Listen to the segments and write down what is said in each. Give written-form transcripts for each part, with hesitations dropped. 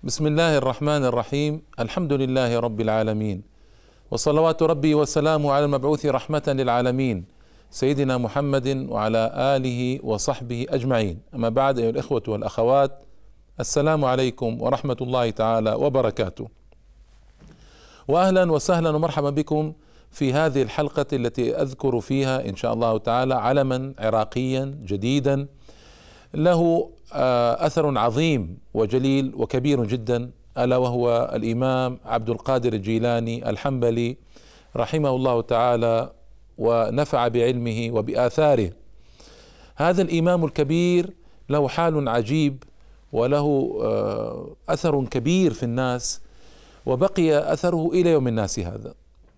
بسم الله الرحمن الرحيم. الحمد لله رب العالمين، وصلوات ربي وسلامه على المبعوث رحمة للعالمين سيدنا محمد وعلى آله وصحبه أجمعين. أما بعد، أيها الإخوة والأخوات، السلام عليكم ورحمة الله تعالى وبركاته، وأهلا وسهلا ومرحبا بكم في هذه الحلقة التي أذكر فيها إن شاء الله تعالى علما عراقيا جديدا له أثر عظيم وجليل وكبير جدا، ألا وهو الإمام عبد القادر الجيلاني الحنبلي رحمه الله تعالى ونفع بعلمه وبآثاره. هذا الإمام الكبير له حال عجيب وله أثر كبير في الناس، وبقي أثره إلى يوم الناس هذا.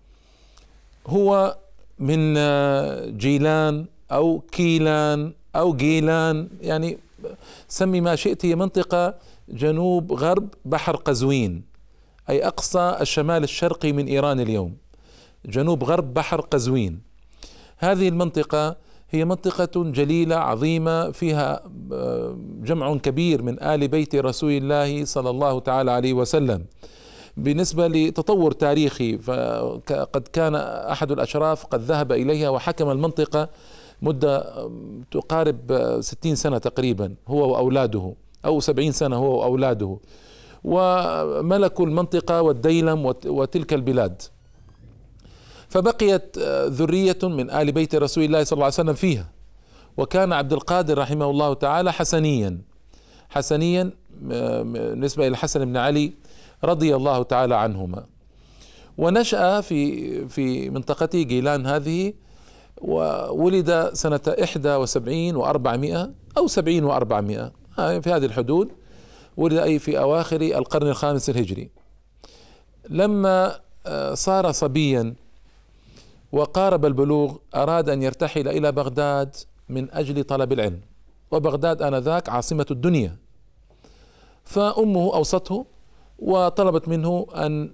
هو من جيلان أو كيلان أو جيلان، يعني سمي ما شئت. هي منطقة جنوب غرب بحر قزوين، أي أقصى الشمال الشرقي من إيران اليوم، جنوب غرب بحر قزوين. هذه المنطقة هي منطقة جليلة عظيمة، فيها جمع كبير من آل بيت رسول الله صلى الله تعالى عليه وسلم. بالنسبة لتطور تاريخي، فقد كان أحد الأشراف قد ذهب إليها وحكم المنطقة مدة تقارب 60 سنة تقريبا، هو وأولاده، أو 70 سنة هو وأولاده، وملكوا المنطقة والديلم وتلك البلاد. فبقيت ذرية من آل بيت رسول الله صلى الله عليه وسلم فيها. وكان عبد القادر رحمه الله تعالى حسنيا بالنسبة إلى الحسن بن علي رضي الله تعالى عنهما، ونشأ في منطقة جيلان هذه، وولد سنة 71 و400 أو 70 و400 في هذه الحدود، ولد أي في أواخر القرن الخامس الهجري. لما صار صبيا وقارب البلوغ أراد أن يرتحل إلى بغداد من أجل طلب العلم، وبغداد آنذاك عاصمة الدنيا. فأمه أوصته وطلبت منه أن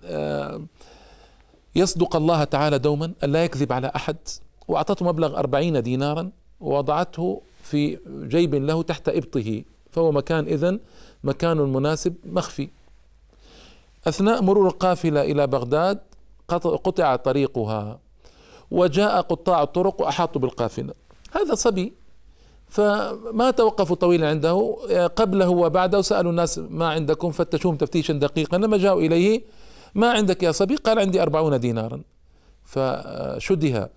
يصدق الله تعالى دوما، أن لا يكذب على أحد، وأعطته مبلغ 40 دينارا ووضعته في جيب له تحت إبطه، فهو مكان مناسب مخفي. أثناء مرور القافلة إلى بغداد قطع طريقها، وجاء قطاع الطرق وأحاطوا بالقافلة. هذا صبي، فما توقفوا طويلا عنده، قبله وبعده سألوا الناس ما عندكم، فتشوهم تفتيشا دقيقا. لما جاءوا إليه: ما عندك يا صبي؟ قال: عندي 40 دينارا. فشده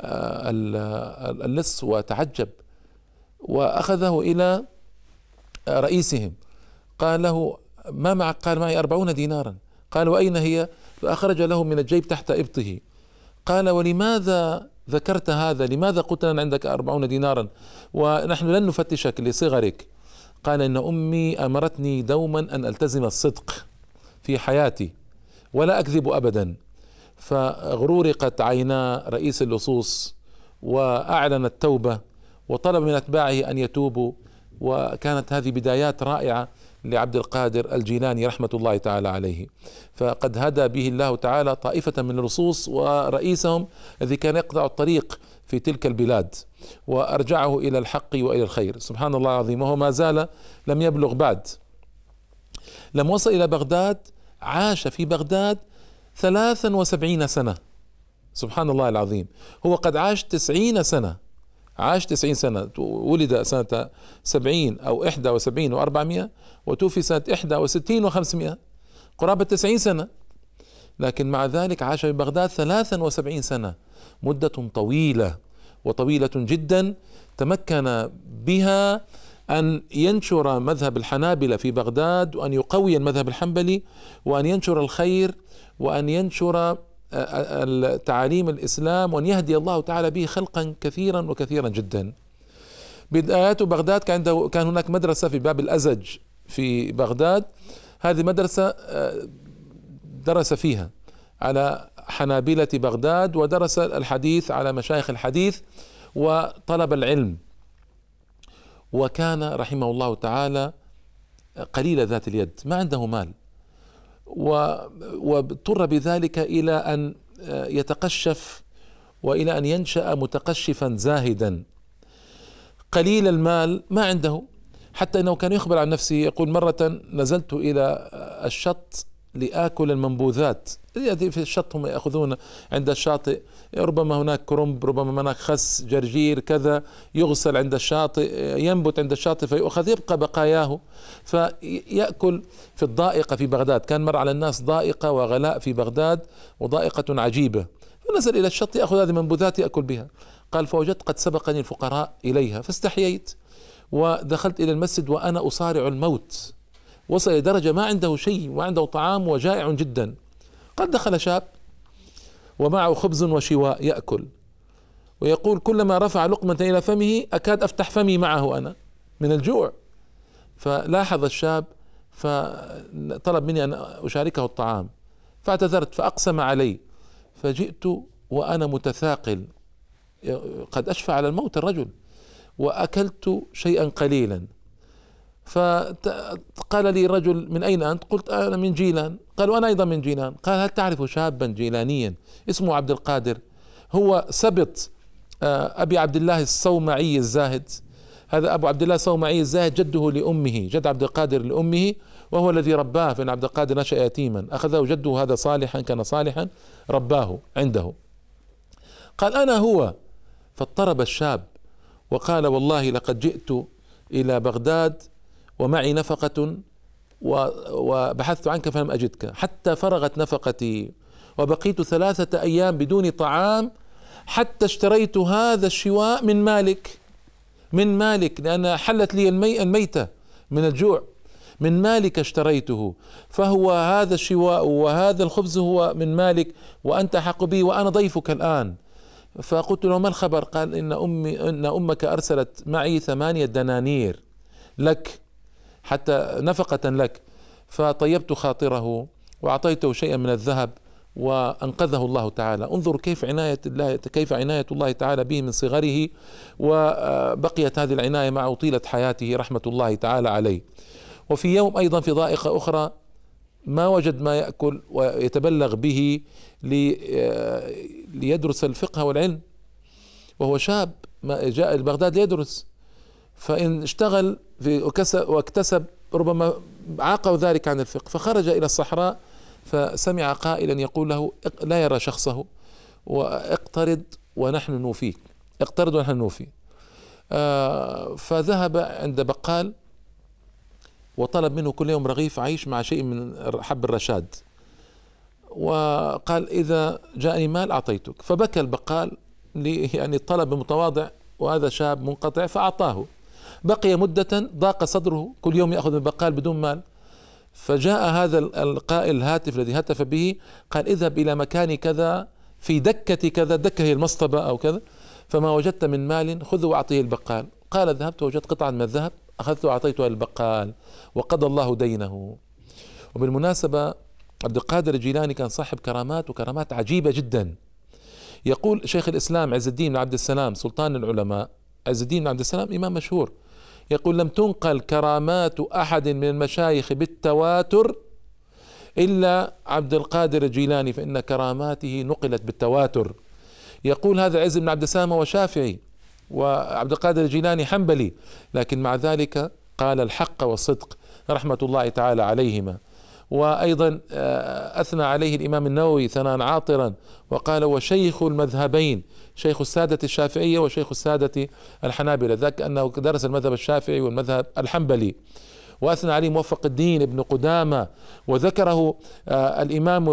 اللص وتعجب، وأخذه إلى رئيسهم. قال له: ما معك؟ قال: معي 40 دينارا. قال: وأين هي؟ فأخرج له من الجيب تحت إبطه. قال: ولماذا ذكرت هذا؟ لماذا قلت لنا عندك 40 دينارا ونحن لن نفتشك لصغرك؟ قال: إن أمي أمرتني دوما أن ألتزم الصدق في حياتي ولا أكذب أبدا. فغرورقت عينا رئيس اللصوص وأعلن التوبة وطلب من أتباعه أن يتوبوا. وكانت هذه بدايات رائعة لعبد القادر الجيلاني رحمة الله تعالى عليه. فقد هدى به الله تعالى طائفة من اللصوص ورئيسهم الذي كان يقطع الطريق في تلك البلاد، وأرجعه إلى الحق وإلى الخير. سبحان الله العظيم. وهو ما زال لم يبلغ بعد. لما وصل إلى بغداد عاش في بغداد 73 سنة. سبحان الله العظيم. هو قد عاش 90 سنة، عاش 90 سنة. ولد سنة 70 أو 71 و400، وتوفي سنة 61 و500، قرابة 90 سنة. لكن مع ذلك عاش في بغداد 73 سنة، مدة طويلة وطويلة جدا. تمكن بها أن ينشر مذهب الحنابلة في بغداد، وأن يقوي المذهب الحنبلي، وأن ينشر الخير، وأن ينشر تعاليم الإسلام، وأن يهدي الله تعالى به خلقا كثيرا وكثيرا جدا. بدايات بغداد كان هناك مدرسة في باب الأزج في بغداد. هذه مدرسة درس فيها على حنابلة بغداد، ودرس الحديث على مشايخ الحديث، وطلب العلم. وكان رحمه الله تعالى قليل ذات اليد، ما عنده مال، واضطر بذلك إلى أن يتقشف وإلى أن ينشأ متقشفا زاهدا. قليل المال ما عنده، حتى انه كان يخبر عن نفسه يقول: مرة نزلت الى الشط لآكل المنبوذات التي في الشط، هم يأخذون عند الشاطئ، ربما هناك كرنب، ربما هناك خس، جرجير، كذا، يغسل عند الشاطئ، ينبت عند الشاطئ فيؤخذ، يبقى بقاياه فيأكل في الضائقة في بغداد. كان مر على الناس ضائقة وغلاء في بغداد، وضائقة عجيبة، فنزل إلى الشط يأخذ هذه المنبوذات يأكل بها. قال: فوجدت قد سبقني الفقراء إليها فاستحييت ودخلت إلى المسجد وأنا أصارع الموت، وصل إلى درجة ما عنده شيء وعنده طعام وجائع جدا. قد دخل شاب ومعه خبز وشواء يأكل، ويقول: كلما رفع لقمة إلى فمه أكاد أفتح فمي معه أنا من الجوع. فلاحظ الشاب فطلب مني أن أشاركه الطعام، فاعتذرت فأقسم علي، فجئت وأنا متثاقل قد أشفى على الموت الرجل، وأكلت شيئا قليلا. فقال لي رجل: من أين أنت؟ قلت: أنا من جيلان. قال: وأنا أيضا من جيلان. قال: هل تعرف شابا جيلانيا اسمه عبد القادر؟ هو سبط أبي عبد الله الصومعي الزاهد. هذا أبو عبد الله الصومعي الزاهد جده لأمه، جد عبد القادر لأمه، وهو الذي رباه، فإن عبد القادر نشأ يتيما، أخذه جده هذا صالحا، كان صالحا، رباه عنده. قال: أنا هو. فاضطرب الشاب وقال: والله لقد جئت إلى بغداد ومعي نفقة وبحثت عنك فلم أجدك، حتى فرغت نفقتي وبقيت 3 أيام بدون طعام، حتى اشتريت هذا الشواء من مالك، من مالك، لأن حلت لي الميتة من الجوع، من مالك اشتريته، فهو هذا الشواء وهذا الخبز هو من مالك، وأنت أحق به وأنا ضيفك الآن. فقلت له: ما الخبر؟ قال: إن أمك أرسلت معي 8 دنانير لك، حتى نفقة لك. فطيبت خاطره وأعطيته شيئا من الذهب وأنقذه الله تعالى. انظر كيف عناية الله تعالى به من صغره، وبقيت هذه العناية معه طيلة حياته رحمة الله تعالى عليه. وفي يوم أيضا في ضائقة أخرى ما وجد ما يأكل ويتبلغ به ليدرس الفقه والعلم، وهو شاب ما جاء لبغداد ليدرس، فإن اشتغل واكتسب ربما عاقه ذلك عن الفقه، فخرج إلى الصحراء فسمع قائلا يقول له، لا يرى شخصه: واقترض ونحن نوفيك، اقترض ونحن نوفي. فذهب عند بقال وطلب منه كل يوم رغيف عيش مع شيء من حب الرشاد، وقال: إذا جاءني مال أعطيتك. فبكى البقال يعني الطلب متواضع، وهذا شاب منقطع، فأعطاه. بقي مدة ضاق صدره، كل يوم يأخذ من البقال بدون مال. فجاء هذا القائل الهاتف الذي هتف به، قال: اذهب إلى مكان كذا في دكة كذا، دكة هي المصطبة أو كذا، فما وجدت من مال خذه وأعطيه البقال. قال: ذهبت وجدت قطعا من الذهب، أخذته وأعطيتها للبقال وقضى الله دينه. وبالمناسبة عبد القادر الجيلاني كان صاحب كرامات، وكرامات عجيبة جدا. يقول شيخ الإسلام عز الدين بن عبد السلام سلطان العلماء، عز الدين بن عبد السلام إمام مشهور، يقول: لم تنقل كرامات أحد من المشايخ بالتواتر إلا عبد القادر الجيلاني، فإن كراماته نقلت بالتواتر. يقول هذا عز بن عبد السلام هو شافعي، وعبد القادر الجيلاني حنبلي، لكن مع ذلك قال الحق والصدق رحمة الله تعالى عليهما. وأيضا أثنى عليه الإمام النووي ثناء عاطرا وقال: وشيخ المذهبين، شيخ السادة الشافعية وشيخ السادة الحنابلة، ذاك أنه درس المذهب الشافعي والمذهب الحنبلي. وأثنى عليه موفق الدين ابن قدامة، وذكره الإمام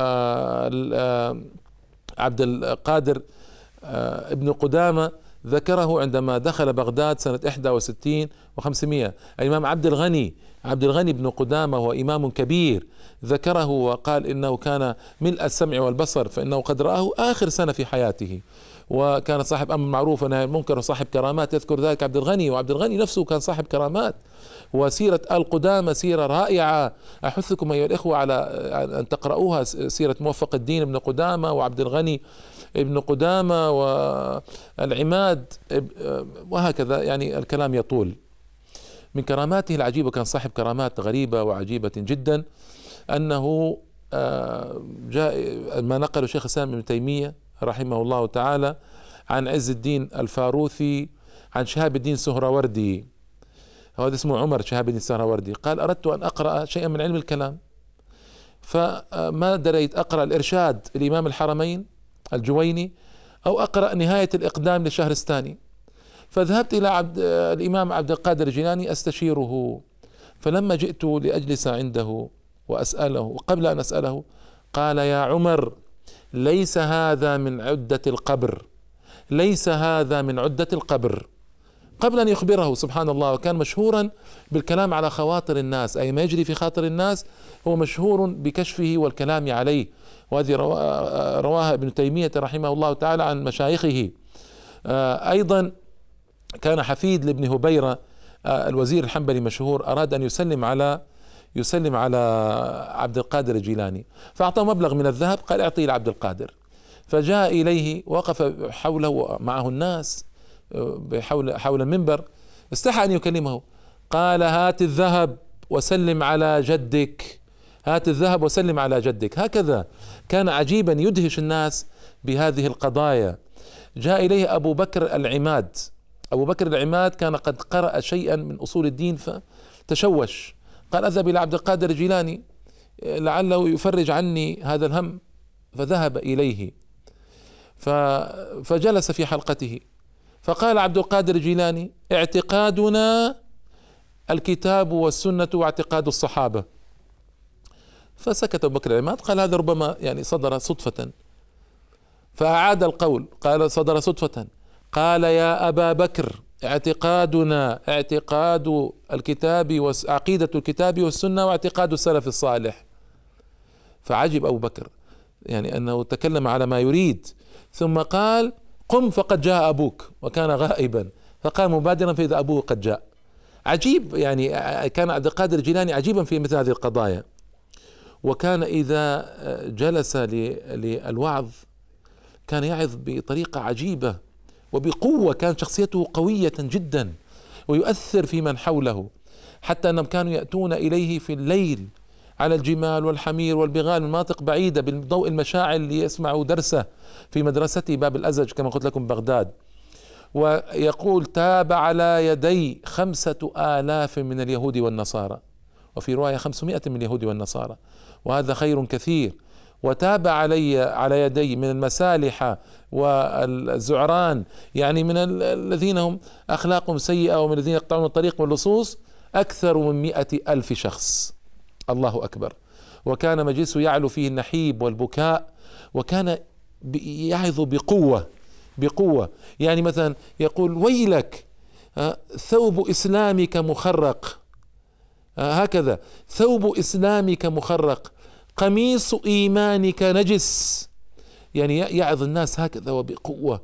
عبد القادر ابن قدامة، ذكره عندما دخل بغداد سنة 61 و500. الإمام عبد الغني بن قدامة هو إمام كبير، ذكره وقال إنه كان ملء السمع والبصر، فإنه قد رآه آخر سنة في حياته، وكان صاحب أمر معروف ونهي عن المنكر وصاحب كرامات، يذكر ذلك عبد الغني. وعبد الغني نفسه كان صاحب كرامات. وسيرة القدامى سيرة رائعة، أحثكم أيها الإخوة على أن تقرؤوها، سيرة موفق الدين ابن قدامة وعبد الغني ابن قدامة والعماد، وهكذا، يعني الكلام يطول. من كراماته العجيبة، كان صاحب كرامات غريبة وعجيبة جدا، أنه جاء ما نقل شيخ الإسلام ابن تيمية رحمه الله تعالى عن عز الدين الفاروثي عن شهاب الدين سهروردي هذا اسمه عمر شهاب الدين السهروردي، قال أردت أن أقرأ شيئا من علم الكلام، فما دريت أقرأ الإرشاد الإمام الحرمين الجويني أو أقرأ نهاية الإقدام للشهرستاني، فذهبت إلى الإمام عبد القادر الجيلاني أستشيره. فلما جئت لأجلس عنده وأسأله، وقبل أن أسأله قال: يا عمر، ليس هذا من عدة القبر، ليس هذا من عدة القبر، قبل أن يخبره سبحان الله. وكان مشهورا بالكلام على خواطر الناس، أي ما يجري في خاطر الناس هو مشهور بكشفه والكلام عليه. وهذه رواها ابن تيمية رحمه الله تعالى عن مشايخه. أيضا كان حفيد لابن هبيرة الوزير الحنبلي مشهور، أراد أن يسلم على عبد القادر الجيلاني، فأعطاه مبلغ من الذهب، قال: اعطيه لعبد القادر. فجاء إليه، وقف حوله معه الناس حول المنبر، استحى أن يكلمه، قال: هات الذهب وسلم على جدك، هات الذهب وسلم على جدك. هكذا كان عجيبا، يدهش الناس بهذه القضايا. جاء إليه أبو بكر العماد. أبو بكر العماد كان قد قرأ شيئا من أصول الدين فتشوش، قال: أذهب إلى عبد القادر الجيلاني لعله يفرج عني هذا الهم. فذهب إليه فجلس في حلقته، فقال عبد القادر الجيلاني: اعتقادنا الكتاب والسنة واعتقاد الصحابة. فسكت أبو بكر العماد، قال: هذا ربما يعني صدر صدفة. فأعاد القول، قال: صدر صدفة. قال: يا أبا بكر، اعتقادنا اعتقاد الكتاب وعقيدة الكتاب والسنة واعتقاد السلف الصالح. فعجب أبو بكر، يعني أنه تكلم على ما يريد، ثم قال: قم فقد جاء أبوك. وكان غائبا، فقام مبادرا فإذا أبوه قد جاء. عجيب، يعني كان عبد القادر الجيلاني عجيبا في مثل هذه القضايا. وكان إذا جلس للوعظ كان يعظ بطريقة عجيبة وبقوة، كانت شخصيته قوية جدا ويؤثر في من حوله، حتى أنهم كانوا يأتون إليه في الليل على الجمال والحمير والبغال من مناطق بعيدة بالضوء المشاعل ليسمعوا درسه في مدرسته باب الأزج كما قلت لكم بغداد. ويقول: تاب على يدي 5,000 من اليهود والنصارى، وفي رواية 500 من اليهود والنصارى، وهذا خير كثير. وتاب على يدي من المسالحة والزعران، يعني من الذين هم أخلاقهم سيئة ومن الذين يقطعون الطريق واللصوص، أكثر من 100,000 شخص. الله أكبر. وكان مجلسه يعلو فيه النحيب والبكاء، وكان يعظ بقوة. يعني مثلا يقول: ويلك، ثوب إسلامك مخرق، هكذا: ثوب إسلامك مخرق، قميص إيمانك نجس. يعني يعظ الناس هكذا وبقوة.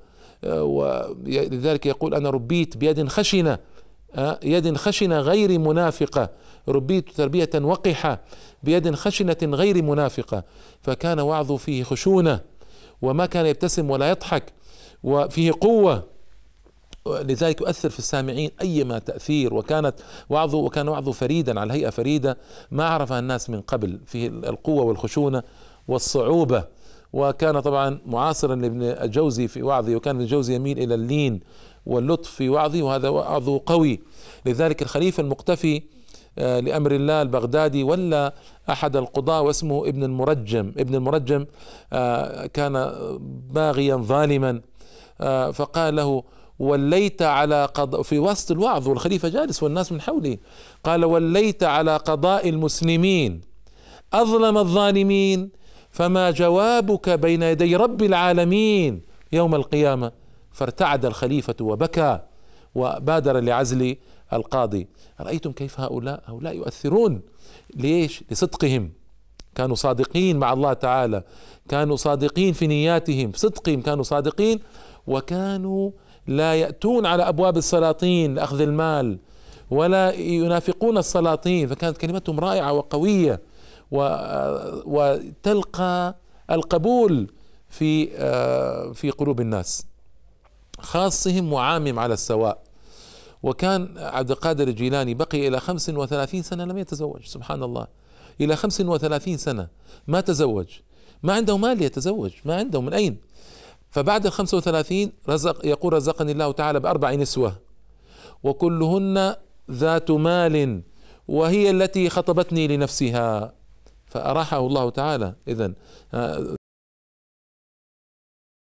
ولذلك يقول: أنا ربيت بيد خشنة، يد خشنة غير منافقة، ربيت تربية وقحة بيد خشنة غير منافقة. فكان وعظه فيه خشونة، وما كان يبتسم ولا يضحك، وفيه قوة، لذلك يؤثر في السامعين أيما تأثير. وكان وعظه فريدا على هيئة فريدة ما عرفها الناس من قبل، فيه القوة والخشونة والصعوبة. وكان طبعا معاصرا لابن الجوزي في وعظه، وكان ابن الجوزي يميل إلى اللين واللطف في وعظه، وهذا وعظه قوي. لذلك الخليفة المقتفي لأمر الله البغدادي ولا أحد القضاة واسمه ابن المرجم كان باغيا ظالما، فقال له: وليت على قضاء، في وسط الوعظ والخليفة جالس والناس من حوله، قال: وليت على قضاء المسلمين أظلم الظالمين، فما جوابك بين يدي رب العالمين يوم القيامة. فارتعد الخليفة وبكى وبادر لعزل القاضي. رأيتم كيف هؤلاء يؤثرون؟ ليش؟ لصدقهم، كانوا صادقين مع الله تعالى، كانوا صادقين في نياتهم، في صدقهم كانوا صادقين، وكانوا لا يأتون على أبواب السلاطين لأخذ المال ولا ينافقون السلاطين، فكانت كلمتهم رائعة وقوية وتلقى القبول في قلوب الناس، خاصهم وعامهم على السواء. وكان عبد القادر الجيلاني بقي إلى 35 سنة لم يتزوج، سبحان الله، إلى 35 سنة ما تزوج، ما عنده مال يتزوج، ما عنده من أين. فبعد 35 يقول: رزقني الله تعالى ب4 نسوة، وكلهن ذات مال وهي التي خطبتني لنفسها، فأراحه الله تعالى. إذن